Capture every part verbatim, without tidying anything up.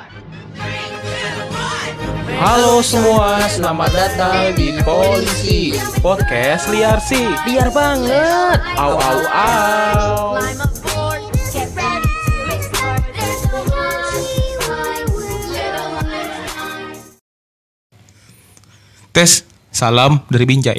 Halo semua, selamat datang di Polisi Podcast Liar sih. Liar banget. Au au au. Tes, salam dari Binjai.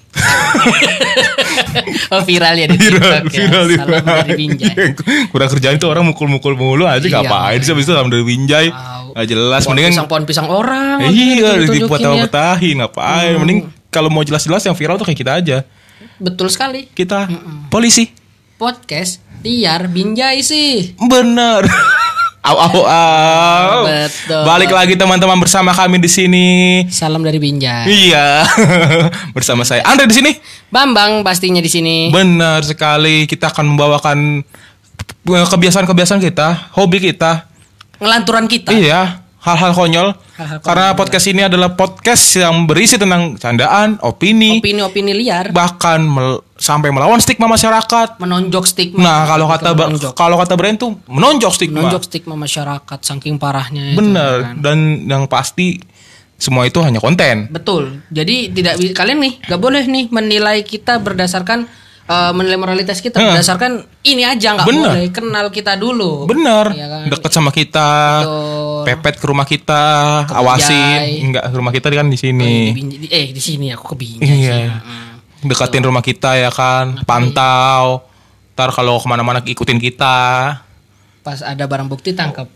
Oh, viral ya di Viral, TikTok ya. viral, Salam viral. dari Binjai. Kurang kerjaan tuh orang mukul-mukul mulu aja, Iya, ngapain sih habis itu salam dari Binjai. Wow. Nggak jelas, Pohon mendingan pisang pohon pisang orang. Eh, iya, ditunjukin dibuat ya. petahin ngapain? Hmm. Mending kalau mau jelas-jelas yang viral tuh kayak kita aja. Betul sekali. Kita polisi. Podcast liar Binjai sih. Bener. Au au au. Betul. Balik lagi teman-teman bersama kami di sini. Salam dari Binjai. Iya. Bersama saya Andre di sini. Bambang pastinya di sini. Benar sekali. Kita akan membawakan kebiasaan-kebiasaan kita, hobi kita. Ngelanturan kita. Iya, hal-hal konyol. Hal-hal konyol. Karena podcast ini adalah podcast yang berisi tentang candaan, opini, Opini-opini liar. bahkan mel- sampai melawan stigma masyarakat. Menonjok stigma. Nah, kalau kata ba- menonjok. kalau kata Brian tuh menonjok stigma. menonjok stigma masyarakat saking parahnya itu, Bener. kan. Dan yang pasti semua itu hanya konten. Betul. Jadi tidak bi- kalian nih gak boleh nih menilai kita berdasarkan uh, menilai moralitas kita Hmm. berdasarkan ini aja, nggak Bener. boleh. Kenal kita dulu. Bener. Iya kan? Deket sama kita. Betul. Pepet ke rumah kita, Ke awasin. Enggak, rumah kita kan di Oh, sini. di Binjai- di- eh di sini aku ke Binjai Iya. sih. Hmm. Dekatin rumah kita ya kan, pantau. Ntar kalau kemana-mana ikutin kita. Pas ada barang bukti tangkap.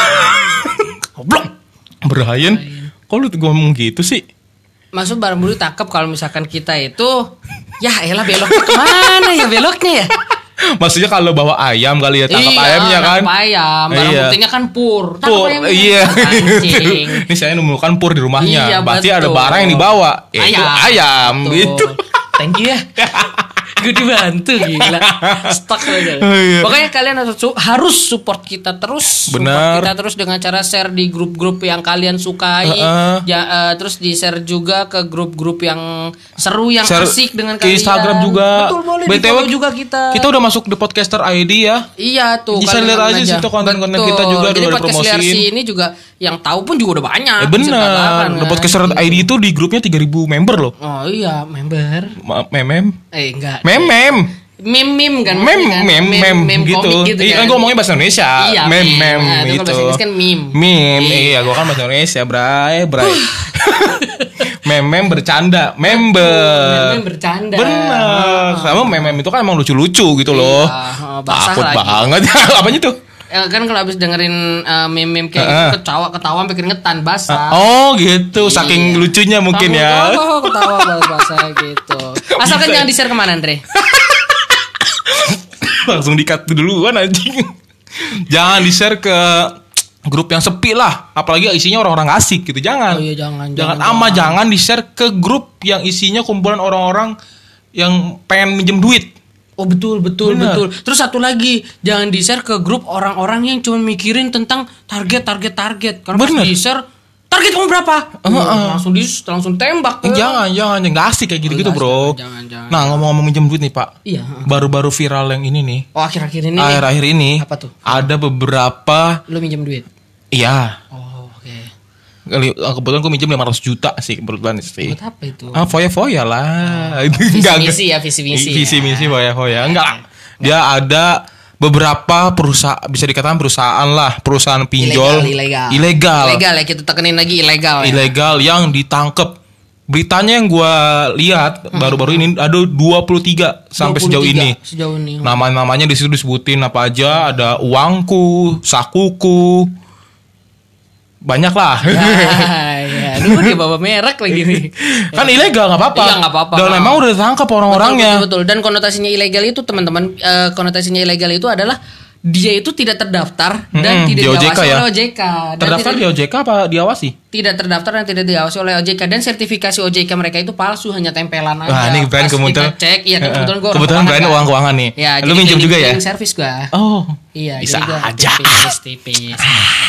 Goblok. Brian, kok lu ngomong gitu sih? Maksud barang bukti tangkap kalau misalkan kita itu ya elah beloknya kemana ya beloknya ya? Maksudnya kalau bawa ayam kali ya, tangkap iya, ayamnya kan. tangkap ayam. Barang Iya. buktinya kan pur. Tangkap Pur, ayamnya. iya. Anjing. Ini saya nemukan pur di rumahnya. Iya, Berarti betul. ada barang yang dibawa. Yaitu Ayam. ayam Betul. gitu. Thank you ya. Gue dibantu gila. Stuck aja. Oh, iya. Pokoknya kalian harus, su- harus support kita terus. Benar. Support kita terus dengan cara share di grup-grup yang kalian sukai. Uh-uh. Ja, eh, terus di share juga ke grup-grup yang seru, yang Share asik dengan ke kalian. Instagram juga. Betul, boleh B T W di-follow juga kita. Kita udah masuk di Podcaster I D ya. Iya tuh. Bisa kalian lihat aja aja. situ konten-konten Betul. kita juga Jadi udah podcast dipromosiin. Liar Si ini juga yang tahu pun juga udah banyak. Eh Bisa katakan, bener. The kan? Podcaster I D itu di grupnya tiga ribu member loh. Oh iya, member. Ma- Memem. Eh enggak. Memem. Meme-meme kan. Mem, maksudnya kan? mem, mem, Meme gitu. komik gitu Iya, kan kan. gue ngomongnya bahasa Indonesia. Iya, mem, meme. mem, Nah, itu kalau gitu. bahasa Inggris kan meme. Meme, Iya. iya, gue kan bahasa Indonesia, bray, bray. mem, mem bercanda, member. Meme bercanda. Bener. Sama mem, mem itu kan emang lucu-lucu gitu loh. Iya, basah Takut lagi. banget. Apanya tuh? Ya, kan kalau habis dengerin uh, meme-meme kayak Heeh. gitu, ketawa ketawa sampai keringetan basah. Oh gitu, saking Iya. lucunya mungkin Kamu ya. ketawa, ketawa basah gitu. Asalkan Bisa. jangan di-share kemana, Andre? Langsung di-cut duluan anjing. Jangan di-share ke grup yang sepi lah, apalagi isinya orang-orang asik gitu. Jangan. Oh iya, jangan, Jangan jangan, ama jangan. jangan di-share ke grup yang isinya kumpulan orang-orang yang pengen minjem duit. Oh betul betul Bener. betul. Terus satu lagi, jangan di-share ke grup orang-orang yang cuma mikirin tentang target target target. Karena pas Bener. di-share target kamu berapa? Uh, langsung di langsung tembak. Eh, Jangan, jangan, jangan nggak asik kayak gitu-gitu, Oh, nggak bro. asik, jangan, jangan. Nah, ngomong-ngomong minjem duit nih, Pak. Iya. Baru-baru viral yang ini nih. Oh akhir-akhir ini nih, Akhir-akhir ini Apa tuh? ada beberapa, lu minjem duit. iya. Oh oke. Kali- Kebetulan gue minjem lima ratus juta sih kebetulan sih. Buat apa itu? Ah, foya-foya lah. Itu visi enggak, misi enggak. ya, visi misi Visi ya. misi foya-foya. Enggak lah. Dia ada beberapa perusahaan, bisa dikatakan perusahaan lah, perusahaan pinjol ilegal, ilegal. ilegal, Ilegal ya, kita tekenin lagi ilegal. Ya? ilegal yang ditangkep. Beritanya yang gue lihat baru-baru ini ada dua puluh tiga sampai sejauh dua puluh tiga ini. Sejauh ini. Nama-namanya di situ disebutin apa aja, ada uangku, sakuku. Banyak lah. Ya, ya. Aduh dia bawa merek lagi nih. Kan ilegal nggak apa-apa. Iya, nggak apa-apa. Dan memang udah ditangkap orang-orangnya. Betul, betul, betul. Dan konotasinya ilegal itu teman-teman, eh, konotasinya ilegal itu adalah dia itu tidak terdaftar dan Mm-mm, tidak di O J K diawasi ya? oleh O J K. Dan Terdaftar tidak, di O J K apa diawasi? tidak terdaftar dan tidak diawasi oleh O J K, dan sertifikasi O J K mereka itu palsu, hanya tempelan aja. Wah, ini Brian Pas kebetulan kita cek, iya kan kebetulan gue kebetulan Brian uang keuangan nih. Ya, Lu jadi minjem cleaning- juga ya? cleaning service gua. Oh. Iya, bisa jadi gua aja. tipis, tipis.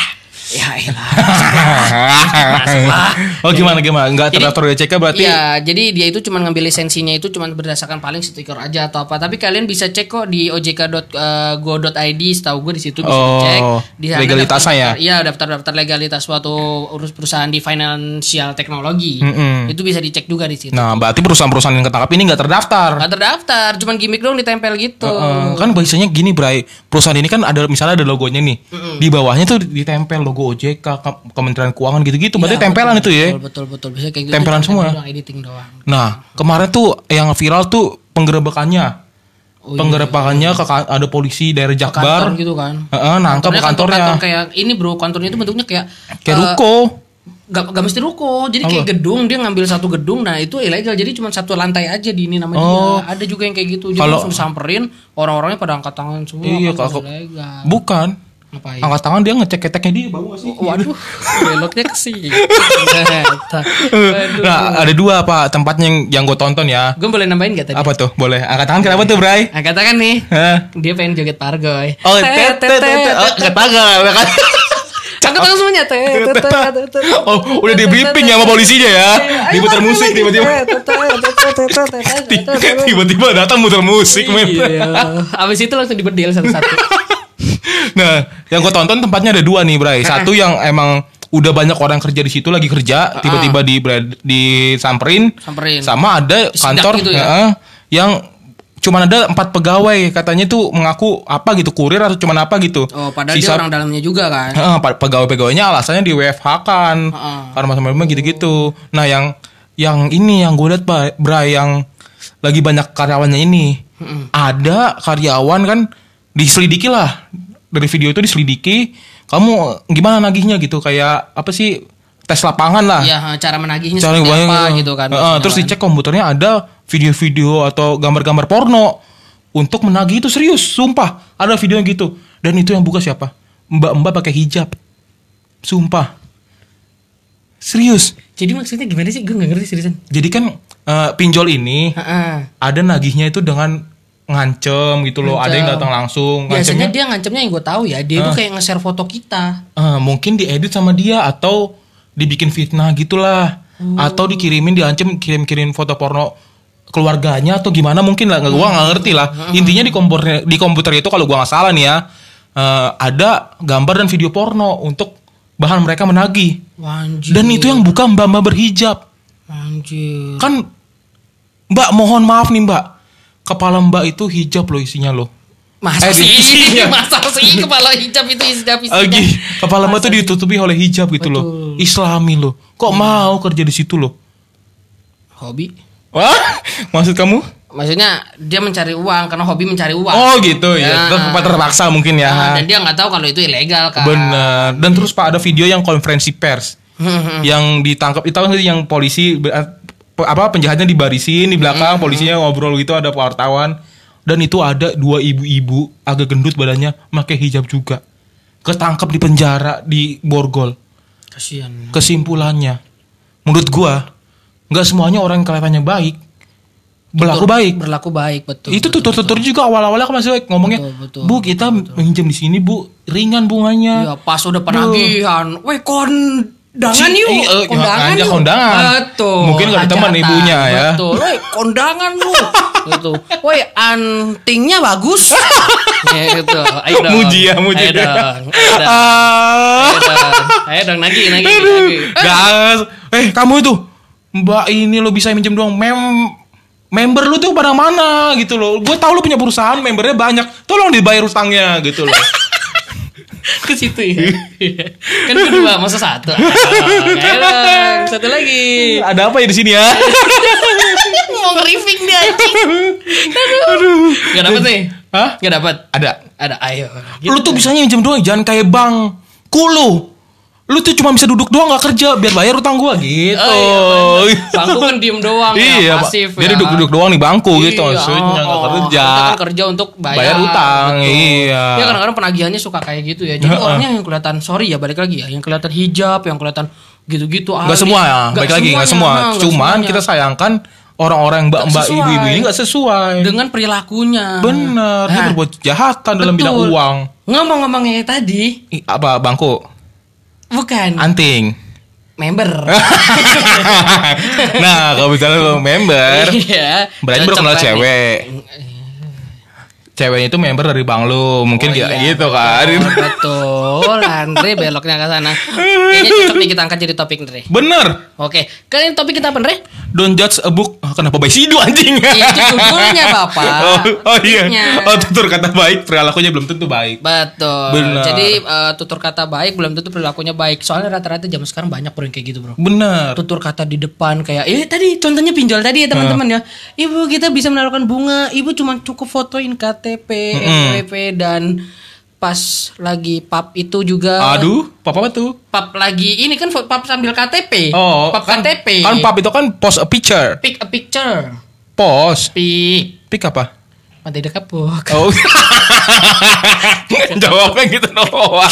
Ya elah. Masalah. Oh gimana gimana? Enggak terdaftar di O J K berarti? Iya, jadi dia itu cuma ngambil lisensinya itu cuma berdasarkan paling stiker aja atau apa. Tapi kalian bisa cek kok di o j k dot go dot i d, setahu gue di situ bisa Oh, cek. Di sana legalitasnya ya? daftar- Iya, daftar-daftar legalitas suatu urus perusahaan di financial teknologi. Mm-mm. Itu bisa dicek juga di situ. Nah, berarti perusahaan-perusahaan yang ketangkap ini nggak terdaftar. Nggak terdaftar, cuman gimmick doang ditempel gitu. Uh, kan biasanya gini, Bray. Perusahaan ini kan ada misalnya ada logonya nih. Mm-mm. Di bawahnya tuh ditempel logo O J K, Ke- Kementerian Keuangan gitu-gitu. Berarti Iya, tempelan betul, itu ya. Betul betul betul bisa kayak gitu. Tempelan cuma semua. doang, editing doang. Nah, kemarin tuh yang viral tuh penggerebekannya. Oh, iya. Penggerebekannya ke ka- ada polisi daerah Ke Jakbar. kantor gitu kan. Heeh, nangkap ke Kantornya kantornya. kantor kayak ini bro, kantornya itu bentuknya kayak Kayak eh, ruko. Gak, gak mesti ruko, jadi Apa? kayak gedung, dia ngambil satu gedung, nah itu ilegal, jadi cuma satu lantai aja di ini nama Oh. dia. Ada juga yang kayak gitu, jadi Kalau- langsung samperin, orang-orangnya pada angkat tangan semua. Iya, kan, kalau- ilegal. Bukan. Ngapain? Angkat tangan dia ngecek keteknya dia bau gak sih? Oh, waduh, beloknya ke sini. Ternyata. Waduh. Nah, ada dua Pak tempatnya yang, yang gue tonton ya. Gue boleh nambahin gak tadi? Apa tuh? Boleh. Angkat tangan kenapa tuh, Bray? Nah, katakan nih, Hah? dia pengen joget pargoy. Oh, tet tet tet. Oh, angkat tangan. Angkat tangan semuanya. Tet, tet, tet, tet, tet. Oh, udah di briefing ya sama polisinya ya. Diputar musik tiba-tiba. Tiba-tiba datang muter musik, men. Iya. Abis itu langsung dibedil satu-satu. Nah, yang gue tonton tempatnya ada dua nih, Bray. Satu yang emang udah banyak orang kerja di situ lagi kerja, tiba-tiba di disamperin. Samperin. Sama ada Sidak kantor gitu ya? heeh, yang cuman ada empat pegawai, katanya tuh mengaku apa gitu, kurir atau cuman apa gitu. Oh, padahal dia Sisa- orang dalamnya juga kan. Heeh, pa- pegawai-pegawainya alasannya di W F H kan. Heeh. Karena macam-macam gitu-gitu. Nah, yang yang ini yang gue liat, Pak, Bray, yang lagi banyak karyawannya ini. Ada karyawan kan diselidiki lah. Dari video itu diselidiki, kamu gimana nagihnya gitu, kayak apa sih, tes lapangan lah. Iya, cara menagihnya Cara seperti banyak- apa gitu kan. Heeh, maksudnya terus kan. dicek komputernya ada video-video atau gambar-gambar porno untuk menagih itu, serius, sumpah ada videonya gitu. Dan itu yang buka siapa? Mbak-mbak pakai hijab, sumpah, serius. Jadi maksudnya gimana sih? Gue gak ngerti seriusan. Jadi kan eh, pinjol ini Heeh. ada nagihnya itu dengan ngancem gitu loh. Ada yang Ngancem. datang langsung. Biasanya Ngancemnya dia ngancemnya yang gue tahu ya, dia tuh kayak nge-share foto kita. eh, mungkin diedit sama dia atau dibikin fitnah gitulah. Atau dikirimin, diancem kirim-kirim foto porno keluarganya atau gimana mungkin lah, nggak gua nggak ngerti lah. Intinya di komputer di komputer itu kalau gua nggak salah nih ya, eh, ada gambar dan video porno untuk bahan mereka menagih. Anjir. Dan itu yang buka mbak-mbak berhijab. Anjir. Kan Mbak, mohon maaf nih Mbak, kepala Mbak itu hijab loh isinya loh. Masa Eh, sih? isinya. Masa sih kepala hijab itu hijab isinya? Lagi kepala Mbak tuh ditutupi oleh hijab gitu loh. Betul. Islami loh. Kok mau kerja di situ loh? Hobi? Wah, maksud kamu? Maksudnya dia mencari uang karena hobi mencari uang. Oh gitu ya. Ya. Terus terpaksa mungkin ya. Nah, dan dia nggak tahu kalau itu ilegal kan. Bener. Dan terus Pak ada video yang konferensi pers yang ditangkap itu kan yang polisi be- apa penjahatnya dibarisin di belakang, polisinya ngobrol gitu, ada wartawan, dan itu ada dua ibu-ibu agak gendut badannya pakai hijab juga, ketangkep di penjara di Borgol. Kasihan. Kesimpulannya, menurut gua nggak semuanya orang yang kelihatannya baik berlaku Betul, baik. Berlaku baik betul. Itu betul, tutur-tutur juga awal-awalnya kan masih baik ngomongnya. Betul, betul, Bu, kita minjem di sini, Bu. Ringan bunganya. Iya, pas udah penagihan. Weh, kondangan Ci- yuk. iya, eh, Kondangan ngajak yuk. kondangan. Betul. Mungkin gak ada teman hajatan. ibunya ya. Betul. Weh, kondangan lu. Gitu. Weh, antingnya bagus. Gitu. Ayo dong. Muji ya, muji. Ayo dong. Ayo dong. Ah. Ayo dong. Ayo dong, nagih, nagih, Aduh. nagih. Gas. Eh, kamu itu. Mbak ini lo bisa minjem doang. Mem member lu tuh pada mana gitu loh. Gue tahu lu punya perusahaan, membernya banyak. Tolong dibayar utangnya gitu loh. Ke situ ya. Kan kedua, masa satu. Ayo dong, satu lagi. Ada apa ya di sini ya? Mau nge-riffing dia anjing. Aduh. Gak dapet nih? Hah? Gak dapet? Ada. Ada, ayo. Lu tuh bisanya minjem doang, jangan kayak bang Kulu. Lu tuh cuma bisa duduk doang gak kerja biar bayar utang gua gitu. Oh, iya, bangku kan diem doang Iya, ya, Pak. pasif Dia ya. duduk-duduk doang di bangku Iya, gitu maksudnya oh, gak oh. kerja. Kita kan kerja untuk bayar, Bayar utang, betul. iya. Ya kadang-kadang penagihannya suka kayak gitu ya. Jadi Heeh. orangnya yang kelihatan, sorry ya balik lagi ya, yang kelihatan hijab, yang kelihatan gitu-gitu. Gak alis. semua ya, Nggak baik lagi gak semuanya, semua. nah, nggak Cuman semuanya. kita sayangkan orang-orang mbak-mbak Nggak ibu-ibu sesuai. ini gak sesuai. Dengan perilakunya. Bener, dia Nah, berbuat kejahatan dalam bidang betul. uang. Ngomong-ngomongnya tadi, Ih, apa bangku? Bukan. Anting. Member. Nah, kalau misalnya lo member, Iya. berarti baru kenal cewek. Ceweknya itu member dari bank lu, mungkin Oh, kayak iya, gitu betul, kan. Betul, Andre beloknya ke sana. Kayaknya cocok nih kita angkat jadi topik, Andre. Bener. Oke, kalian topik kita apa, Andre? Don't judge a book. Ah, kenapa baik sidu anjing? Itu judulnya, Bapak. Oh, oh iya. Topiknya. Oh, tutur kata baik, perilakunya belum tentu baik. Betul. Benar. Jadi uh, tutur kata baik belum tentu perilakunya baik. Soalnya rata-rata zaman sekarang banyak bro yang kayak gitu, bro. Bener. Tutur kata di depan kayak eh tadi contohnya pinjol tadi ya teman-teman ya. Ibu kita bisa menaruhkan bunga, ibu cuma cukup fotoin K T P, N P W dan pas lagi pap itu juga. Aduh, pap apa tuh? Pap lagi ini kan pap sambil K T P. Oh, pap kan, K T P. Kan pap itu kan post a picture. Pick a picture. Post. Pick. Pick apa? Pantai de kapuk. Oh. Jawabnya gitu doang.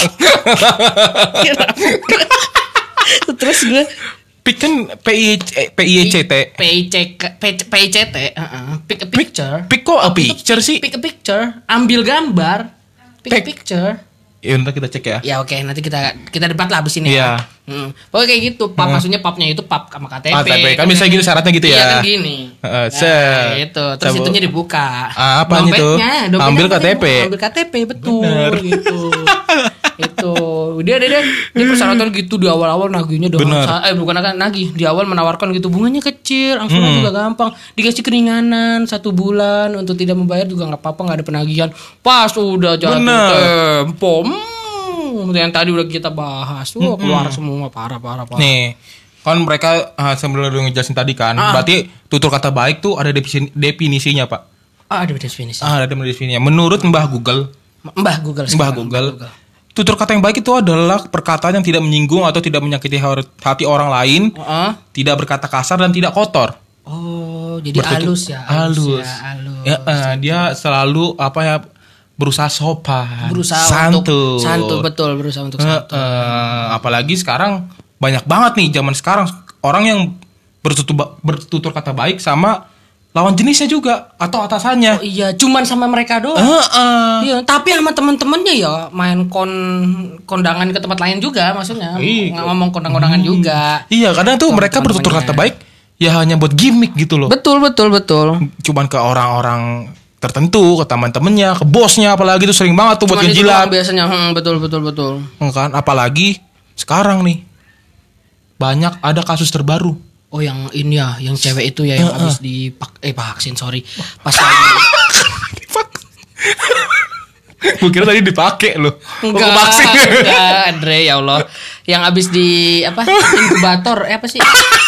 Terus gue Pick kan P I P I C T. P I C P I C T, heeh. Pick a picture. Pick kok a picture sih? Pick a picture, ambil gambar. Pick, a Pick. picture. Ya udah kita cek ya. Ya oke, nanti kita kita debat lah abis ini. Iya. Ya. Hmm. Pokoknya kayak gitu, pap maksudnya papnya itu pap sama K T P. K T P kan bisa gitu syaratnya gitu ya. Iya kan gini. Heeh, Nah, set. itu. Terus Coba. itunya dibuka. Ah, apanya tuh? Dompetnya, dompetnya Ambil apa K T P. nih? Ambil K T P betul Bener. gitu. Itu. Dia dia dia, dia persyaratan gitu di awal-awal nagihnya dengan Bener. sa- eh bukan kan nagih, di awal menawarkan gitu bunganya kecil, angsuran Hmm. juga gampang, dikasih keringanan satu bulan untuk tidak membayar juga nggak apa-apa, nggak ada penagihan. Pas udah jatuh Bener. tempo. Hmm, yang tadi udah kita bahas, wah keluar semua parah parah parah. Nih, kan mereka ah, sebelum lu ngejelasin tadi kan, Ah. berarti tutur kata baik tuh ada definisi- definisinya, Pak. Ah, ada definisi. Ah, ada definisinya. Menurut Mbah Google, Mbah Google. Mbah sekarang, Google, tutur kata yang baik itu adalah perkataan yang tidak menyinggung atau tidak menyakiti hati orang lain, Heeh. tidak berkata kasar dan tidak kotor. Oh, jadi Bertutur- halus ya. halus. Ya, halus. Ya, eh, dia selalu apa ya, berusaha sopan, Berusaha santun. untuk santun, betul, berusaha untuk Eh, santun. eh, apalagi sekarang banyak banget nih zaman sekarang orang yang bertutur bertutur kata baik sama lawan jenisnya juga atau atasannya. Oh iya, cuman sama mereka doang. Eh, eh. Iya, tapi sama temen-temennya ya main kon kondangan ke tempat lain juga maksudnya. Iya. Ng- ngomong kondang-kondangan juga. Iya, kadang tuh Sama mereka bertutur teman-temannya. kata baik ya hanya buat gimmick gitu loh. Betul, betul, betul. Cuman ke orang-orang tertentu, ke teman-temannya, ke bosnya, apalagi tuh sering banget tuh buat Cuman itu ngejilat. doang biasanya. Hmm, betul, betul, betul. Kan apalagi sekarang nih banyak ada kasus terbaru. Oh, yang ini ya, yang cewek itu ya yang habis dipak eh vaksin, sorry. Pas lagi Gue kira tadi dipakai loh. enggak, Kok vaksin? enggak, Andre ya Allah. Yang habis di apa? Inkubator, eh apa sih?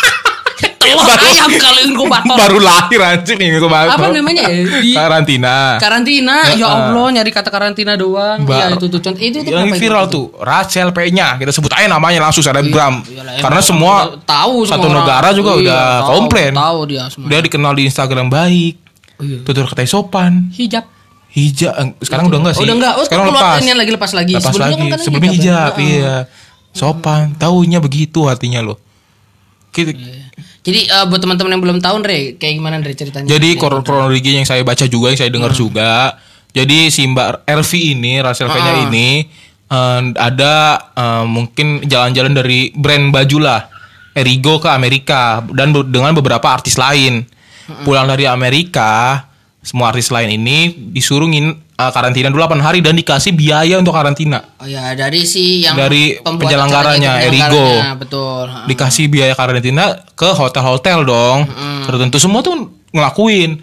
Telur Baru- ayam kalau inkubator. Baru lahir anjing nih gue baru. Apa namanya ya? Di Karantina. karantina. Ya Heeh. Allah, nyari kata karantina doang. Iya, Baru- itu tuh contoh. Itu itu Yang kenapa viral itu? tuh Rachel P-nya, kita sebut aja namanya langsung selebgram. Iyalah, emang Karena orang semua udah tahu semua satu orang. negara juga Iya, udah tahu, komplain. Tahu dia semua. Dia dikenal di Instagram baik, Oh, iya. tutur kata sopan, Hijab. hijab. eh, Sekarang udah enggak sih? Oh, udah enggak. Oh, sekarang keluar lepas. ini lagi lepas lagi. Lepas Sebelumnya lagi. kan kan Sebelumnya hijab, hijab, ya. iya. Sopan, taunya begitu artinya loh. Kita, Jadi eh, buat teman-teman yang belum tahu, Andre, kayak gimana Andre ceritanya? Jadi Ya, kron- kronologi yang saya baca juga, yang saya dengar juga. Jadi si Mbak R V ini, Rachel V-nya Ah. ini eh, ada eh, mungkin jalan-jalan dari brand baju lah, Erigo ke Amerika dan be- dengan beberapa artis lain. Pulang dari Amerika, semua artis lain ini disuruh ngin eh, karantina dulu delapan hari dan dikasih biaya untuk karantina. Oh ya, dari si yang Dari pembuat penyelenggaranya, acaranya, Erigo. penyelenggaranya, betul. Ha. Dikasih biaya karantina ke hotel-hotel dong. Tertentu semua tuh ngelakuin.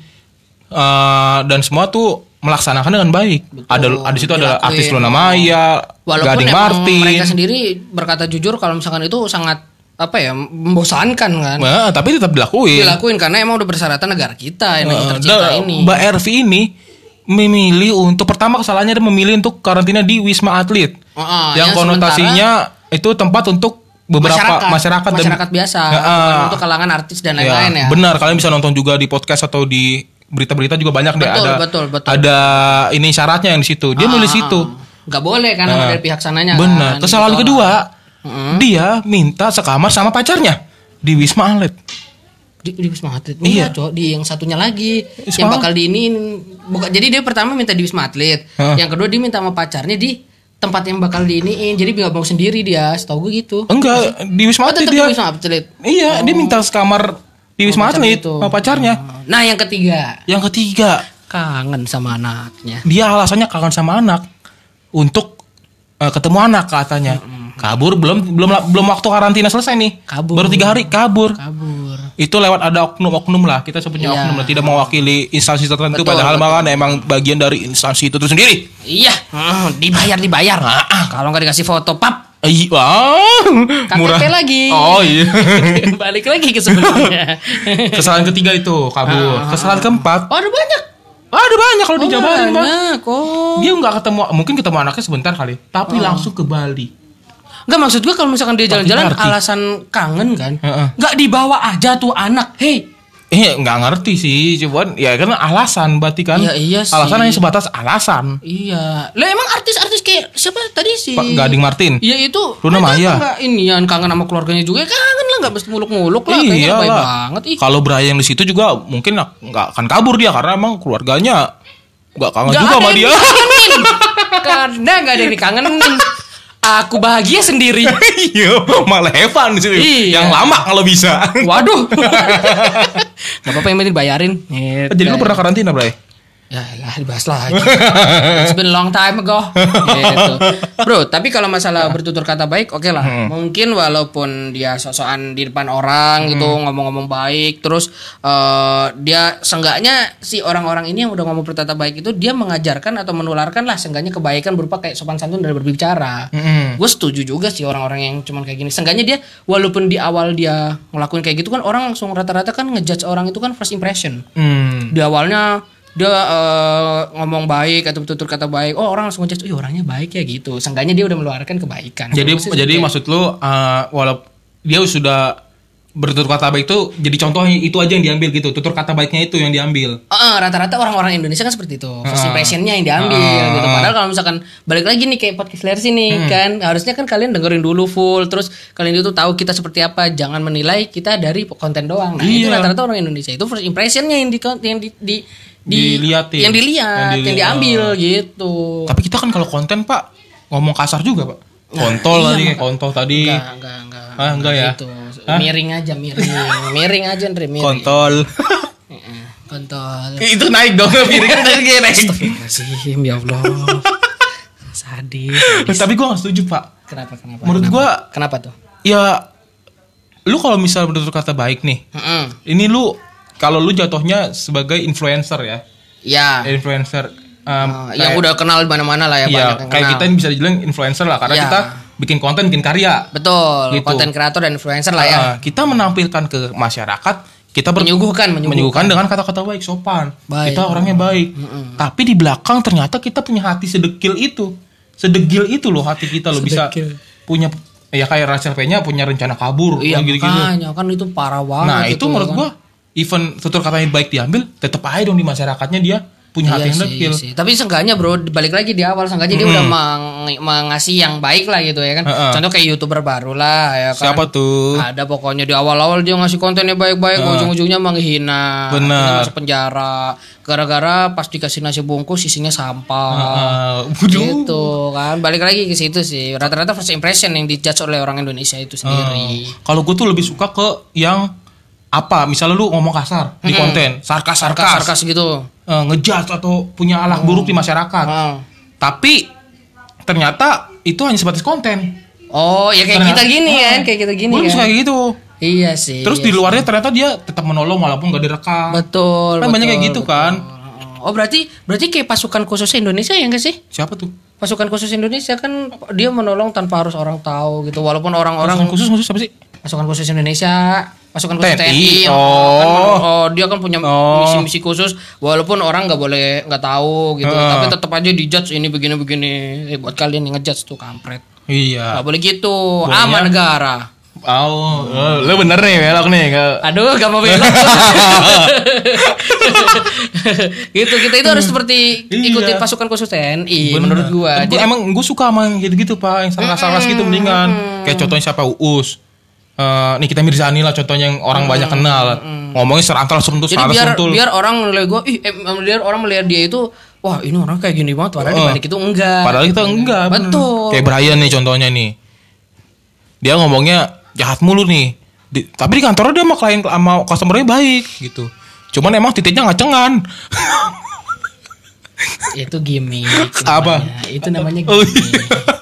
Eh, dan semua tuh melaksanakan dengan baik. Ada ada situ ada dilakuin. artis Luna Maya, Walaupun Gading emang Martin. mereka sendiri berkata jujur kalau misalkan itu sangat apa ya membosankan kan. Nah, tapi tetap dilakuin. Dilakuin karena emang udah persyaratan negara kita yang Eh, tercinta dan ini. Mbak R V ini memilih untuk pertama kesalahannya dia memilih untuk karantina di Wisma Atlet. Oh, oh, yang ya, konotasinya itu tempat untuk beberapa masyarakat, masyarakat, dan- masyarakat biasa, Ya, bukan ah. untuk kalangan artis dan Ya, lain-lain ya. benar, kalian bisa nonton juga di podcast atau di berita-berita juga banyak deh Betul, ada betul, betul. ada ini syaratnya yang di situ. Dia Ah, milih ah, situ. ah. Nggak boleh kan sama Nah, dari pihak sananya. Benar. kan, Kesalahan gitu. kedua, dia minta sekamar sama pacarnya di Wisma Atlet. Di, di Wisma Atlet. Iya. Iya, Cok. Di yang satunya lagi Wisma- yang bakal diinin bukan jadi dia pertama minta di Wisma Atlet. Hah. Yang kedua dia minta sama pacarnya di tempat yang bakal diiniin. Jadi nggak mau sendiri dia, setahu gue gitu. Enggak, di Wisma Oh, Atlet tetap dia. di Wisma Atlet. Iya, dia minta sekamar di Wisma pacar Atlet itu. sama pacarnya. Nah, yang ketiga, Yang ketiga, kangen sama anaknya. dia alasannya kangen sama anak untuk eh, ketemu anak katanya. Kabur belum belum belum waktu karantina selesai nih. Kabur. Baru tiga hari kabur. Kabur. Itu lewat ada oknum-oknum lah, kita sebutnya Iya. oknum lah, tidak mewakili instansi tertentu, Betul, padahal betul. malah emang bagian dari instansi itu sendiri. Iya, hmm, dibayar dibayar. Kalau nggak dikasih foto, pap. Iya, wah, K T P lagi. Oh iya. Balik lagi ke sebelumnya. Kesalahan ketiga itu kabur. Kesalahan keempat, Oh, ada banyak. ada banyak kalau dijabarin, Pak. Banyak. Oh. Dia nggak ketemu, mungkin ketemu anaknya sebentar kali, tapi langsung ke Bali. Enggak, maksud gue kalau misalkan dia jalan-jalan ngerti. alasan kangen kan. Heeh. Nggak dibawa aja tuh anak. Hei. Eh, nggak ngerti sih, cuman ya kan alasan berarti kan. Iya, iya sih. Alasan hanya sebatas alasan. Iya. Lah emang artis-artis kayak siapa tadi sih? Pak Gading Martin. Iya itu. Luna ada Maya. apa nggak inian kangen sama keluarganya juga? Ya, kangen lah, nggak mesti muluk-muluk lah. Kayaknya Iya baik lah. banget. Ih. Kalau Brian di situ juga mungkin nggak akan kabur dia karena emang keluarganya nggak kangen Nggak juga ada sama yang dia. dikangenin. Karena nggak ada yang dikangenin. Aku bahagia sendiri. Iya, malah Evan di sini. Iya. Yang lama kalau bisa. Waduh. Gak apa-apa yang penting bayarin. Gitu. Jadi lu pernah karantina, Bray? Ya lah, dibahas lagi. It's been a long time ago. Gitu. Bro, tapi kalau masalah bertutur kata baik, oke lah. Hmm. Mungkin walaupun dia sok-sokan di depan orang gitu, Hmm. ngomong-ngomong baik, terus eh, dia seenggaknya si orang-orang ini yang udah ngomong berkata baik itu, dia mengajarkan atau menularkan lah seenggaknya kebaikan berupa kayak sopan santun dari berbicara. Mm-mm. Gue setuju juga sih orang-orang yang cuman kayak gini. Seenggaknya dia walaupun di awal dia ngelakuin kayak gitu kan, orang langsung rata-rata kan ngejudge orang itu kan first impression. Hmm. Di awalnya dia eh, ngomong baik atau bertutur kata baik, oh orang langsung ngejudge, oh orangnya baik ya gitu. Seenggaknya dia udah meluarkan kebaikan. Jadi Menurut gue sih jadi kayak- maksud lu uh, walaupun dia sudah bertutur kata baik itu jadi contoh itu aja yang diambil gitu. Tutur kata baiknya itu yang diambil. Eh, eh, rata-rata orang-orang Indonesia kan seperti itu. First Ah. impressionnya yang diambil Ah. gitu. Padahal kalau misalkan balik lagi nih kayak podcast Lersi nih Hmm. kan, harusnya kan kalian dengerin dulu full, terus kalian itu tahu kita seperti apa. Jangan menilai kita dari konten doang. Nah itu Iya. rata-rata orang Indonesia itu first impressionnya yang di yang di, di, di- Diliatin. yang dilihat, Yang yang, dilihat. diambil gitu. Tapi kita kan kalau konten, Pak, ngomong kasar juga, Pak. Nah, Kontol iya, tadi, Mak. kontol tadi. Enggak, enggak, enggak. Ah, enggak ya? Gitu. Hah? Miring aja, miring. miring aja, Andre, miring. Kontol. Heeh, kontol. Itu naik dong, piringnya tadi kayak naik. Astagfirullahaladzim, ya Allah. Sadis. Tapi gua gak setuju, Pak. Kenapa, kenapa? Menurut kenapa? gua Kenapa tuh? ya lu kalau misal bertutur kata baik nih, Heeh. ini lu kalau lu jatuhnya sebagai influencer ya. Ya. Influencer um, Oh, yang udah kenal di mana-mana lah ya, Iya, banyak yang kayak kenal. kita ini bisa dibilang influencer lah karena Iya. kita bikin konten, bikin karya. Betul, Gitu. konten kreator dan influencer lah ya. Uh, kita menampilkan ke masyarakat, kita ber- Menyuguhkan, menyuguhkan. menyuguhkan dengan kata-kata baik, sopan. Baik. Kita orangnya baik. Tapi di belakang ternyata kita punya hati sedekil itu. Sedegil itu loh hati kita loh, bisa Sedekil. punya ya kayak Rachel P-nya punya rencana kabur Iya, kayak gitu-gitu. makanya kan itu parah banget. Nah, itu menurut kan. gua even tutur katanya baik diambil, tetap aja dong di masyarakatnya dia punya hati yang Iya sih, dekil. sih. Tapi seenggaknya bro, balik lagi di awal, seenggaknya dia udah meng- mengasih yang baik lah gitu ya kan. Heeh. Contoh kayak YouTuber baru lah ya kan. Siapa tuh? Ada pokoknya di awal-awal dia ngasih kontennya baik-baik, ujung-ujungnya menghina. Bener. Akhirnya masuk penjara. Gara-gara pas dikasih nasi bungkus isinya sampah. Heeh. Waduh. Gitu kan. Balik lagi ke situ sih. Rata-rata first impression yang dijudge oleh orang Indonesia itu sendiri. Uh, kalau gue tuh lebih suka ke yang apa? Misalnya lu ngomong kasar di konten, sarkas-sarkas, Sarkas gitu. uh, ngejudge atau punya alah buruk di masyarakat. Oh. Tapi ternyata itu hanya sebatas konten. Oh, ya kayak Ternyata- kita gini uh, kan, kayak kita gini Gue kan. suka kayak gitu. Iya sih. Terus iya di luarnya ternyata dia tetap menolong walaupun gak direkam. Betul. Kan banyak betul, kayak gitu betul. kan. Oh berarti berarti kayak pasukan khusus Indonesia ya enggak sih? Siapa tuh? Pasukan khusus Indonesia kan dia menolong tanpa harus orang tahu gitu. Walaupun orang-orang Pasukan khusus khusus apa sih? pasukan khusus Indonesia, pasukan khusus T N I. T N I. Oh. Kan, oh, dia kan punya Oh. misi-misi khusus walaupun orang nggak boleh nggak tahu gitu. Ah. Tapi tetap aja dijudge ini begini-begini. Eh buat kalian yang ngejudge tuh kampret. Iya. Nggak boleh gitu. Bolehnya- Aman negara. Oh, lu bener nih belok nih. Nggak- Aduh, gak mau belok. gitu kita itu harus seperti Iya. ikutin pasukan khusus T N I Bener. menurut gua. Tapi Jadi emang gue suka sama yang gitu-gitu pak, yang salah-salah gitu mendingan. Kayak contohnya siapa Uus. Eh nih kita Mirzani lah contohnya yang orang banyak kenal. Ngomongnya serantal sentul jadi salah biar sentul. biar orang melihat gua ih eh, biar orang melihat dia itu wah ini orang kayak gini banget, padahal Uh, dibalik itu enggak. Padahal kita enggak. bener. Betul. Kayak Brian nih contohnya nih. Dia ngomongnya jahat mulu nih. Di, tapi di kantornya dia sama klien sama customer-nya baik gitu. Cuman emang titiknya ngacengan. Itu gimmick. Apa? Namanya. Itu namanya Oh, gimmick.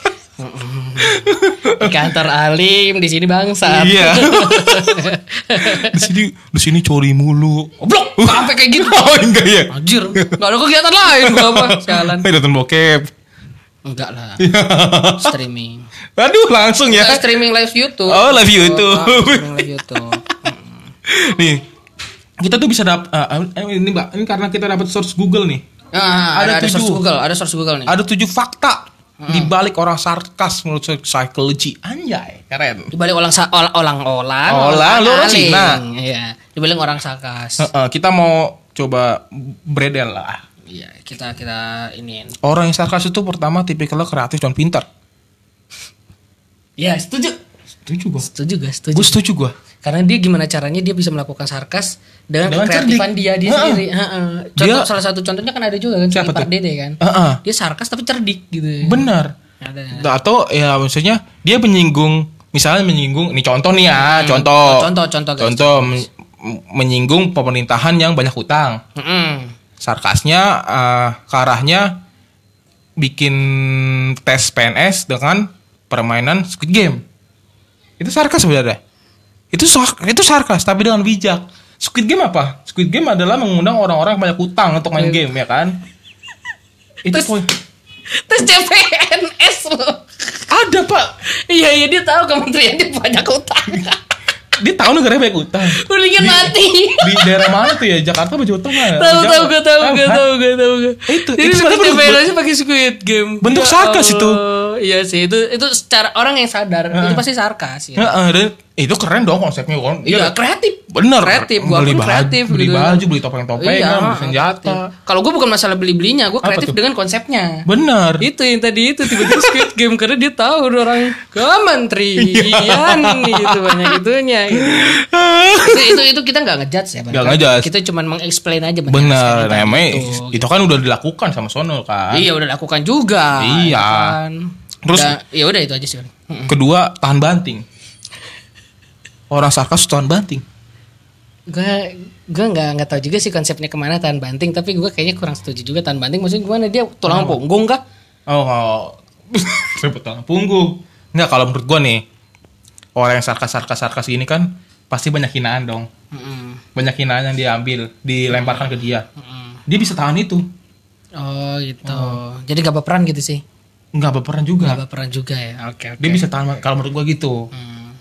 Di kantor alim, di sini bangsa. Iya. Di sini di sini coli mulu. Goblok, sampai kayak gitu. Oh enggak ya. Anjir, enggak ada kegiatan lain gua apa? Jalan. Hai nonton bokep. Enggak lah. Streaming. Aduh langsung ya. Enggak, streaming live YouTube. Oh live YouTube. Oh, streaming live YouTube. Nih kita tuh bisa dap uh, ini mbak ini karena kita dapat source Google nih. Nah, ada, ada, ada tujuh. source Google, ada source Google nih. Ada tujuh fakta hmm. di balik orang sarkas menurut psikologi. Anjay, keren. Di balik orang sa- olang olang olang. Olang, lu orang Cina. Iya, di balik orang sarkas. Uh, uh, kita mau coba bredel lah. Iya, kita kita iniin. Orang yang sarkas itu pertama tipikalnya kreatif dan pintar. Ya, setuju. Setuju gua. Setuju gak? Setuju. Gue setuju gua. Karena dia gimana caranya dia bisa melakukan sarkas dengan, Dengan kreatifan cerdik. dia dia Ha-ha. sendiri. Ha-ha. Contoh Dia- salah satu contohnya kan ada juga kan Siapa Ipar tuh? Dede kan. Ha-ha. Dia sarkas tapi cerdik gitu. Benar. Ada, ada. Atau ya maksudnya dia menyinggung, misalnya menyinggung, nih contoh nih ya, Hmm. contoh. Oh, contoh, contoh, guys. Contoh men- menyinggung pemerintahan yang banyak hutang. Mm-mm. Sarkasnya eh, ke arahnya bikin tes P N S dengan permainan Squid Game. Itu sarkas sebenarnya. Itu sar- itu sarkas tapi dengan bijak. Squid Game apa? Squid Game adalah mengundang orang-orang yang banyak hutang untuk main game ya kan? Itu Tes- poin. Tes C P N S loh. Ada, Pak. Iya iya dia tahu kementerian dia banyak utang. Dia tahu negaranya banyak hutang. Mendingan mati. Di daerah mana tuh ya? Jakarta apa Jawa Tengah? ya? Tahu Jawa. tahu gak tahu gak kan? tahu gak tahu gak. Itu- Jadi itu seperti sebenarnya C P N bentuk- S pakai Squid Game. bentuk Ya sarkas itu. Allah. Iya sih itu itu secara orang yang sadar Heeh. itu pasti sarkas ya. Heeh, dan itu keren dong konsepnya kan. Iya kreatif. Bener. Kreatif. Gua beli pun baju, kreatif beli gitu. baju, beli topeng-topengan, Iya, beli senjata. kreatif. Kalau gue bukan masalah beli-belinya, gue Apa kreatif tuh? dengan konsepnya. Bener. Itu yang tadi itu tiba-tiba Squid Game karena dia tahu orang kementerian gitu banyak itunya. Gitu. itu, itu itu kita nggak ngejudge ya, Nggak ngejudge. Kita cuma meng-explain aja. Bener, menjelaskan tadi namanya itu, itu kan udah dilakukan sama sono kan. Iya udah lakukan juga. Iya. ya kan. Terus- Udah, ya udah itu aja sih. Mm-mm. Kedua, tahan banting. Orang sarkas tahan banting. Gue gue nggak nggak tahu juga sih konsepnya kemana tahan banting, tapi gue kayaknya kurang setuju juga tahan banting. Maksudnya gimana dia tulang punggung kah? Oh, oh. Sebut tangan punggung. Enggak, kalau menurut gua nih, orang yang sarkas-sarkas-sarkas ini kan pasti banyak hinaan dong. Mm-mm. Banyak hinaan yang diambil, dilemparkan ke dia. Mm-mm. Dia bisa tahan itu. Oh gitu. Jadi gak baperan gitu sih. Enggak berperan Gak juga. baperan juga ya. Oke oke. Dia bisa tahan kalau menurut gua gitu. Hmm,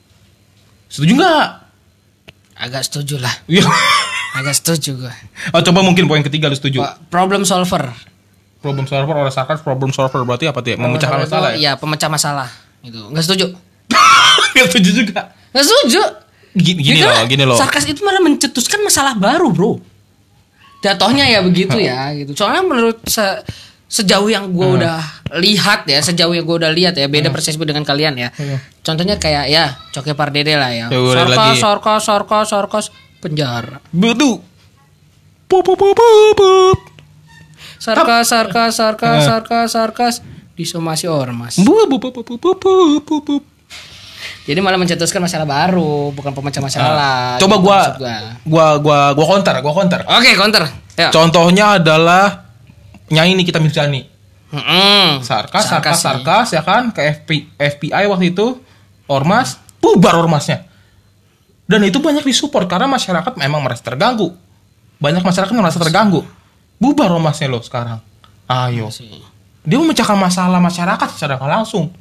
Setuju enggak? agak setuju lah. Iya. Agak setuju gue. Oh, coba mungkin poin ketiga lu setuju. Problem solver. Problem solver, orang sarkas problem solver berarti apa tuh ya? Memecahkan Problem masalah solver, ya? Iya pemecah masalah. Gitu. Gak setuju. Enggak setuju juga. Gak setuju. Gini, gini Ya, loh, karena gini loh. sarkas itu malah mencetuskan masalah baru bro. Jatuhnya ya begitu ya gitu. Soalnya menurut se- sejauh yang gue Hmm. udah lihat ya, sejauh yang gue udah lihat ya, beda persepsi dengan kalian ya. Hmm. Contohnya kayak ya Coki Pardede lah ya. Coba Sarkas, lagi. sarkas, sarkas, sarkas, penjara. Betul. Pup pup pup pup, pup. Sarkas, sarkas, sarkas, Eh. sarkas, sarkas, disomasi ormas. Bup, bup, bup, bup, bup, bup, bup, bup. Jadi malah mencetuskan masalah baru, bukan pemecah masalah. Coba Gitu gua, maksud gua. gua, gua, gua counter, gua counter. Oke, counter. Ya. Contohnya adalah nyanyi Nikita Mirzani. Mm-mm. Sarkas, sarkas, sih. sarkas, ya kan? Ke F P, F B I waktu itu, ormas, bubar ormasnya. Dan itu banyak disupport karena masyarakat memang merasa terganggu. Banyak masyarakat yang merasa terganggu. Bubar ormasnya loh sekarang. Ayo. Sih. Dia memecahkan masalah masyarakat secara nggak langsung.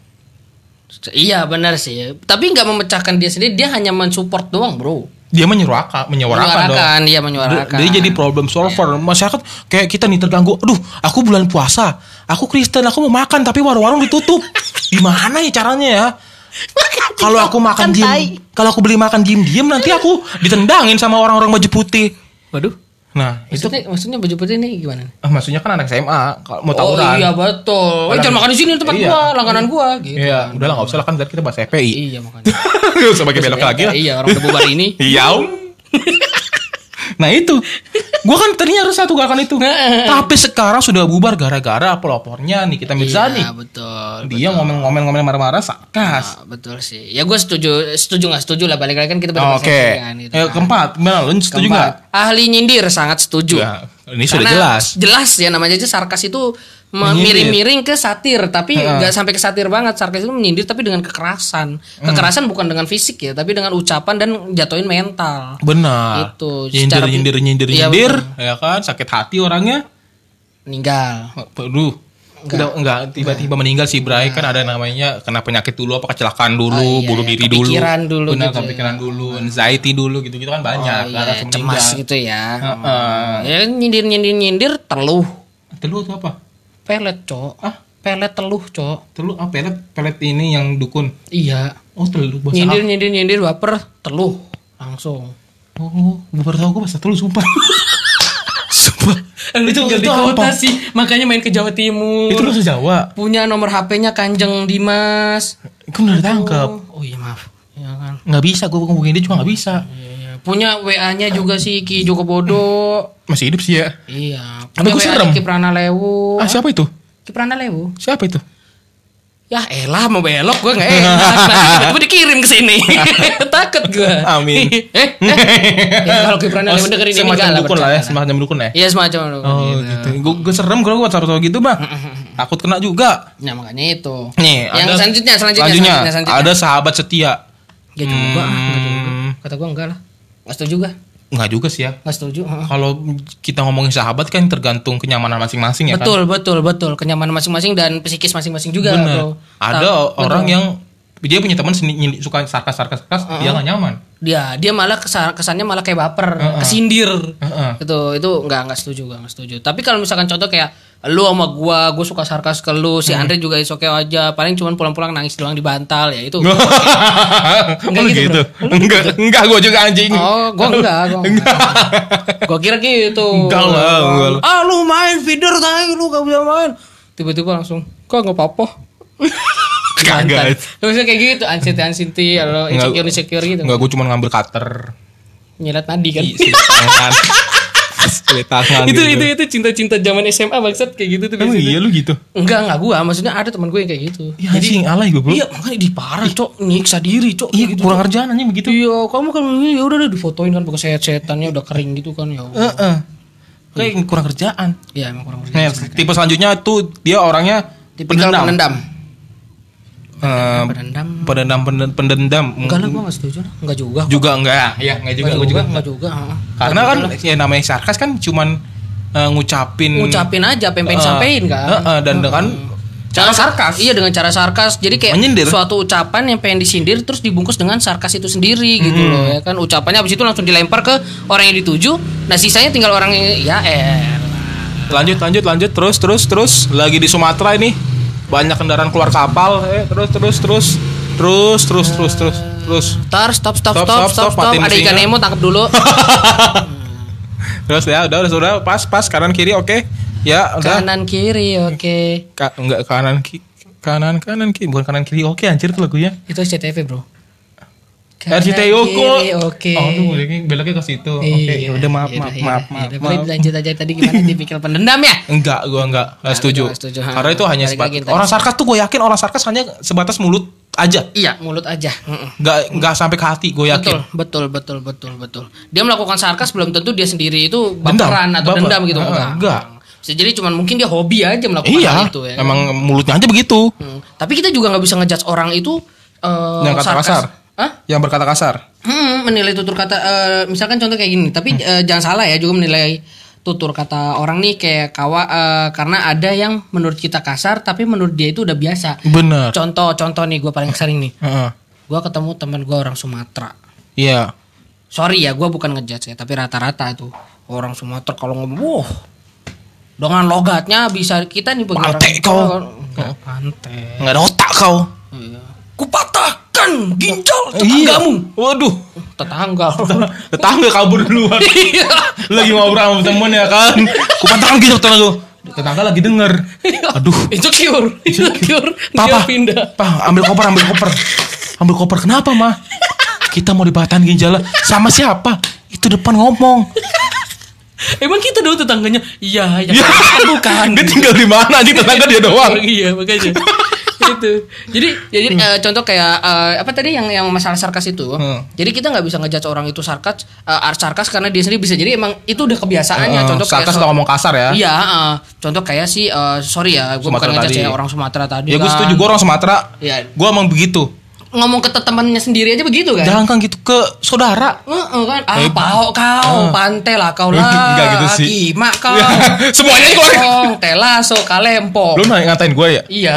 Iya benar sih. Tapi nggak memecahkan dia sendiri, dia hanya mensupport doang, bro. Dia menyuarakan, menyuarakan dong. Menyuarakan, dia Dia, menyuarakan. dia jadi problem solver. Masyarakat kayak kita nih terganggu. Aduh, aku bulan puasa. Aku Kristen, aku mau makan tapi warung-warung ditutup. Gimana ya caranya ya? Kalau aku makan diem, kalau aku beli makan diem-diem nanti aku ditendangin sama orang-orang baju putih. Waduh. Nah, itu Maksudnya, maksudnya baju putih ini gimana? ah, maksudnya kan anak S M A kalau mau Oh tawuran. iya betul. Eh, Orang- jangan makan di sini tempat Iya. gua, langganan gua gitu. Iya, udahlah enggak usah lah kan tadi kita bahas F P I. Iya makanya. Sebagai belok lagi lah. Iya, orang udah bubar ini. Iya. Nah, itu. Gue kan tadinya resah tuh gerakan itu. Tapi sekarang sudah bubar gara-gara pelopornya Nikita Mirzani. Iya betul. Dia ngomel-ngomel marah-marah sarkas. Nah, betul sih. Ya gue setuju, setuju nggak setuju lah. Balik lagi kan kita Oh, Oke. Okay. gitu, Eh, kan. keempat, gimana? Lu setuju nggak? Ahli nyindir sangat setuju. Ya, ini sudah Karena jelas. Jelas ya namanya aja sarkas itu Menyindir. miring-miring ke satir, tapi Heeh. nggak sampai ke satir banget. Sarkas itu menyindir tapi dengan kekerasan. Kekerasan bukan dengan fisik ya, tapi dengan ucapan dan jatuhin mental. Benar. Itu Nyindir, secara- nyindir, nyindir, Iya, nyindir, betul. ya kan? Sakit hati orangnya. Meninggal. Aduh. Enggak, enggak tiba-tiba meninggal sih Bray, kan ada namanya kena penyakit dulu apa kecelakaan dulu, Oh, iya, bunuh iya. diri dulu. Kepikiran dulu Benar, gitu kepikiran dulu, anxiety dulu gitu-gitu kan banyak. Oh, Kan iya, langsung cemas meninggal. gitu ya. Heeh. Ya nyindir nyindir nyindir teluh. Teluh itu apa? Pelet, Cok. Ah? Pelet teluh, Cok. Teluh ah, pelet pelet ini yang dukun. Iya. Oh, teluh bahasa Nyindir apa? nyindir nyindir baper teluh langsung. Oh, gue baru tahu gue bahasa teluh sumpah. Sumpah. Itu itu di apa? kota sih, makanya main ke Jawa Timur. Itu bahasa Jawa. Punya nomor H P-nya Kanjeng Dimas. Gue udah ditangkap. Oh, oh iya maaf. Ya kan. Nggak bisa, gue hubungin dia cuma nggak bisa. Iya. Punya W A-nya juga si Ki Joko Bodo. Masih hidup sih ya. Iya. Tapi Punya gua W A serem. Ki Pranalewu. Ah, siapa itu? Ki Pranalewu. Siapa itu? Ya elah mau belok gue gak enak. Nanti tiba-tiba dikirim ke sini. Takut gue. Amin. eh, eh. Ya, kalau Ki Pranalewu dengerin ini semacam enggak lah, dukun lah ya, bercanda. semacam dukun ya. Iya semacam dukun. Oh gitu. Gue gue serem kalau gue WhatsApp gitu bang. Takut kena juga. Nah makanya itu. Nih, yang ada- selanjutnya, selanjutnya, selanjutnya, selanjutnya, selanjutnya. ada sahabat setia. Ya juga, ah, enggak juga. Hmm. Kata gue enggak lah. Enggak setuju gue. Enggak juga sih ya. Enggak setuju. heeh. Kalau kita ngomongin sahabat kan tergantung kenyamanan masing-masing ya kan. Betul, betul, betul. Kenyamanan masing-masing dan psikis masing-masing juga, Bener. bro. Ada Ta- orang betul. yang dia punya teman seni- nyindir- suka sarkas-sarkas-sarkas, dia nggak nyaman. dia dia malah kesan, kesannya malah kayak baper, Heeh. kesindir. Heeh. Itu itu enggak enggak setuju, enggak enggak setuju. Tapi kalau misalkan contoh kayak lu sama gua, gua suka sarkas ke lu, si Andre juga is oke aja. Paling cuman pulang-pulang nangis doang di bantal ya itu. Enggak gitu, gitu. bro. Enggak, enggak gue juga anjing. Oh, gua enggak, gua enggak. Gua kira gitu. Enggak lah, enggak lah. Ah, lu main feeder tai, lu gak bisa main. Tiba-tiba langsung, kok enggak apa-apa. Kagak. Terusnya kayak gitu, anxiety anxiety atau insecure insecure gitu. Enggak, gue cuma ngambil cutter. Nyelat nadi kan. Ih, sulit tangan. Sulit tangan itu gitu. itu itu cinta-cinta zaman S M A bangsat kayak gitu tuh Emang biasanya. iya lu gitu? Enggak, enggak gua, maksudnya ada teman gue yang kayak gitu. Ya anjing alay gue bro. Iya, makanya di parah, Cok. Nyiksa diri, Cok. Iya, Gitu, kurang Cok. kerjaan aja begitu. Iya, kamu kan ini ya udah deh difotoin kan pakai sehat-sehatannya udah kering gitu kan ya. Allah. Heeh. Kayak kurang kerjaan. Iya, emang kurang Nah, kerjaan. tipe selanjutnya tuh dia orangnya Tipikal pendendam. pendendam. Eh, Pendendam. pendendam pendendam, pendendam. Enggak lah, gua enggak setuju lah. Enggak juga. kok. Juga enggak. Iya, enggak juga, Enggak gue juga. enggak juga. heeh. Karena Enggak kan juga lah. ya namanya sarkas kan cuman eh, ngucapin ngucapin aja apa yang pengen Eh, sampein kan. eh, eh, dan dengan cara sarkas. Iya, dengan cara sarkas. Jadi kayak Menyindir. suatu ucapan yang pengen disindir terus dibungkus dengan sarkas itu sendiri gitu loh ya kan. Ucapannya habis itu langsung dilempar ke orang yang dituju. Nah, sisanya tinggal orang yang ya eh Lanjut lanjut lanjut terus terus terus lagi di Sumatera ini banyak kendaraan keluar kapal eh terus terus terus terus terus terus terus terus Tar, stop, stop, Stop, stop, stop, stop, stop, stop. matiin Ada ikan mesinnya. Nemo, tangkap dulu. terus ya udah udah udah pas pas kanan kiri oke ya udah Kanan kiri, oke. Ka- enggak kanan ki kanan kanan kiri bukan kanan kiri oke anjir tuh lagunya Itu S C T V, bro. R C T Yoko kiri, oke. oh tuh beloknya beloknya ke situ oke Iya, ya udah maaf iya, maaf iya, maaf iya. maaf, Boleh maaf. lanjut aja tadi gimana tipikal pendendam ya? enggak gua enggak enggak setuju. nggak setuju, ha. Karena itu hanya Balik sebatas lagi tadi. orang sarkas tuh gue yakin orang sarkas hanya sebatas mulut aja Iya, mulut aja. Heeh. enggak enggak sampai ke hati gue yakin Betul, betul, betul, betul, betul. Dia melakukan sarkas belum tentu dia sendiri itu Dendam, baperan atau baper. dendam gitu, Heeh, enggak. enggak. Bisa jadi cuman mungkin dia hobi aja melakukan iya hal itu ya. kan? emang mulutnya aja begitu Hmm. Tapi kita juga nggak bisa ngejudge orang itu eh, yang kata sarkas. kasar Hah? yang berkata kasar Hmm, menilai tutur kata eh, misalkan contoh kayak gini, tapi eh, jangan salah ya juga menilai tutur kata orang nih kayak kawa eh, karena ada yang menurut kita kasar tapi menurut dia itu udah biasa. bener Contoh-contoh nih gue paling sering nih. Heeh. Gue ketemu teman gue orang Sumatera. iya Sorry ya, gue bukan ngejudge ya, tapi rata-rata itu orang Sumatera kalau ngomong, wah, dengan logatnya bisa kita nih bagi Pantai orang kau. Enggak pantai. nggak ada otak kau Iya. Kupatahkan ginjal iya tetanggamu. waduh Tetangga. tetangga kabur duluan Iya. lagi ngobrol sama temen ya kan kupatahkan gitu tetangga tetangga lagi denger aduh Insecure. Insecure. papa Dia pindah. pa ambil koper ambil koper ambil koper kenapa mah kita mau dipatahin ginjalnya sama siapa itu depan ngomong Emang kita dong tetangganya? Iya, ya, Ya. bukan. Dia tinggal di mana anjing, tetangga dia doang. Iya, makanya. Gitu. Jadi jadi eh, contoh kayak eh, apa tadi yang yang masalah sarkas itu. Hmm. Jadi kita nggak bisa ngejudge orang itu sarkas uh, sarkas karena dia sendiri bisa jadi emang itu udah kebiasaannya. Uh, Contoh sarkas kayak atau ngomong kasar ya. Iya, uh, contoh kayak si uh, sorry ya, gue bukan Sumatera ngejudge tadi. ya orang Sumatera tadi. Ya gue kan. setuju, gue orang Sumatera. Iya. Gue emang begitu. Ngomong ke temannya sendiri aja begitu kan? Jangan kan gitu ke saudara. Heeh kan, ah Eh, pau kau, pantai lah kau lah, Enggak gitu sih. Kimak kau, Semuanya keluar. Ong, telaso, kalempo. Lu nanya ngatain gue ya? Iya.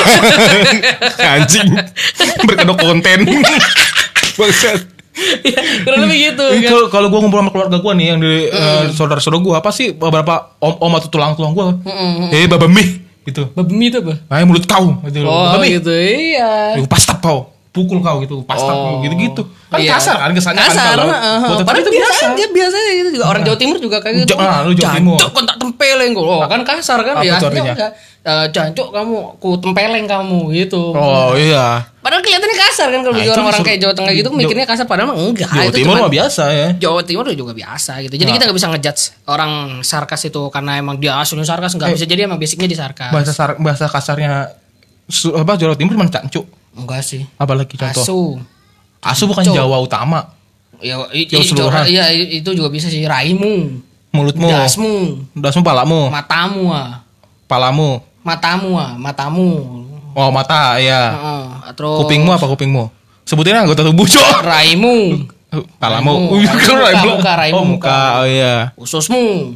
Anjing. Berkedok konten. Bangsat. Iya, kurang lebih gitu. Ini Kan? Kalau kalau gue ngobrol sama keluarga gue nih yang di eh, saudara-saudara gue, apa sih beberapa om om atau tulang-tulang gue, eh baba mih gitu. Babemi itu apa? Nah, mulut kau gitu. Oh Baba mih. gitu, iya. Ya, pastap kau, pukul kau gitu, pastap Oh. kau gitu-gitu. Kan Iya. kasar kan kesannya kan Kasar, kalau heeh. buat tetangga Padahal itu biasa biasa. aja, biasa aja gitu juga. Orang Jawa Timur juga kayak gitu. Ja- ah, lu Jawa Timur. Jancuk kon tak tempeleng kok. Oh, kan kasar kan Apa ya. tuh Aslinya artinya? enggak. Eh, jancuk kamu, ku tempeleng kamu gitu. Oh iya. Padahal kelihatannya kasar kan kalau Nah, bagi itu orang-orang disuruh- kayak Jawa Tengah gitu Jawa- mikirnya kasar padahal mah enggak. Jawa Itu Timur cuman- mah biasa ya. Jawa Timur juga biasa gitu. Jadi Nah. kita nggak bisa ngejudge orang sarkas itu karena emang dia aslinya sarkas, nggak Eh. bisa jadi emang basicnya di sarkas. Bahasa sar- bahasa kasarnya su- apa Jawa Timur cuma cancuk. Enggak sih. Apalagi contoh. Asu. Asu bukan Cancuk. Jawa utama. Ya, i, Jawa i- seluruhan. Jawa- iya itu juga bisa sih. Raimu, Mulutmu, dasmu, dasmu, palamu, matamu ah. palamu. Matamu ah, matamu. Oh mata ya. Heeh, terus Kupingmu apa kupingmu? Sebutin anggota tubuh cok. raimu, Palamu. Raimu. Kan Muka, raimu. muka, raimu, Oh muka. muka. Oh iya. ususmu,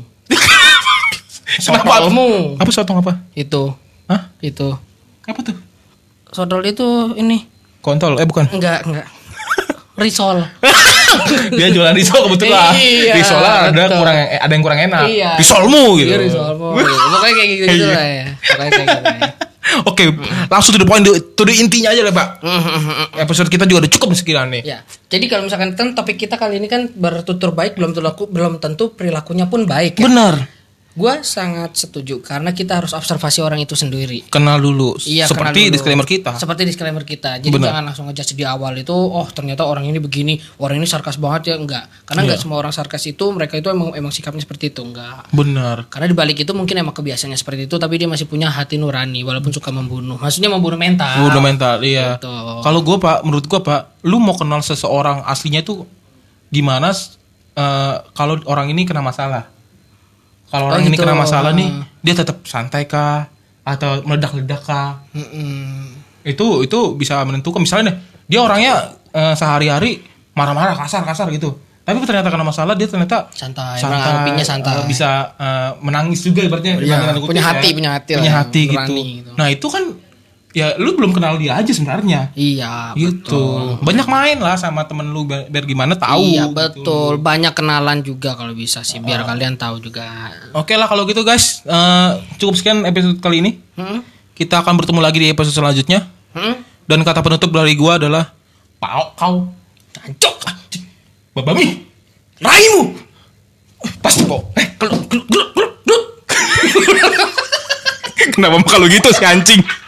Kenapa? sotolmu. Apa sotong apa? Itu, Hah? itu. Apa tuh? Sodol itu ini Kontol? Eh bukan. enggak, enggak. Risol. Dia jualan risol kebetulan. Iya, Risol ada betul. kurang ada yang kurang enak. Iya. Risolmu gitu. Iya, risolmu. Gitu. Pokoknya kayak gitu, gitu Iya. lah ya. Pokoknya kayak gitu lah ya. Oke, langsung to the point, to the intinya aja lah, Pak. Episode kita juga udah cukup sekian nih. Ya, jadi kalau misalkan kan topik kita kali ini kan bertutur baik belum tentu belum tentu perilakunya pun baik. Ya? Benar. Gua sangat setuju karena kita harus observasi orang itu sendiri. Kenal dulu. Iya, Seperti kenal dulu. disclaimer kita. Seperti disclaimer kita. Jadi Benar. jangan langsung ngejudge di awal itu, oh ternyata orang ini begini, orang ini sarkas banget ya, enggak. Karena enggak Iya. semua orang sarkas itu mereka itu emang emang sikapnya seperti itu, enggak. Benar. Karena di balik itu mungkin emang kebiasaannya seperti itu tapi dia masih punya hati nurani walaupun suka membunuh. Maksudnya membunuh mental. Udah mental, iya. Gitu. Kalau gue Pak, menurut gue Pak, lu mau kenal seseorang aslinya itu gimana? eh, kalau orang ini kena masalah. Kalau Oh, orang ini gitu. kena masalah nih, dia tetap santai kah atau meledak-ledak kah? Mm-mm. Itu itu bisa menentukan. Misalnya nih, dia orangnya eh, sehari-hari marah-marah, kasar-kasar gitu. Tapi ternyata kena masalah dia ternyata Santai, menghadapinya santai. eh, bisa eh, menangis juga ibaratnya. Iya, dalam tanda kutip punya ya. hati, punya hati lah, punya hati gitu. berani gitu. Nah itu kan ya lu belum kenal dia aja sebenarnya. Iya, Gitu. betul. Banyak main lah sama temen lu biar, biar gimana tahu. Iya, gitu. betul. Banyak kenalan juga kalau bisa sih biar kalian tahu juga. Oke lah kalau gitu guys, eh, cukup sekian episode kali ini. Hmm? Kita akan bertemu lagi di episode selanjutnya. Hmm? Dan kata penutup dari gua adalah pau kau, Ancok. babami, raimu, pasti po. Eh, Geluk, geluk, geluk, geluk, geluk. kenapa kalau gitu si anjing?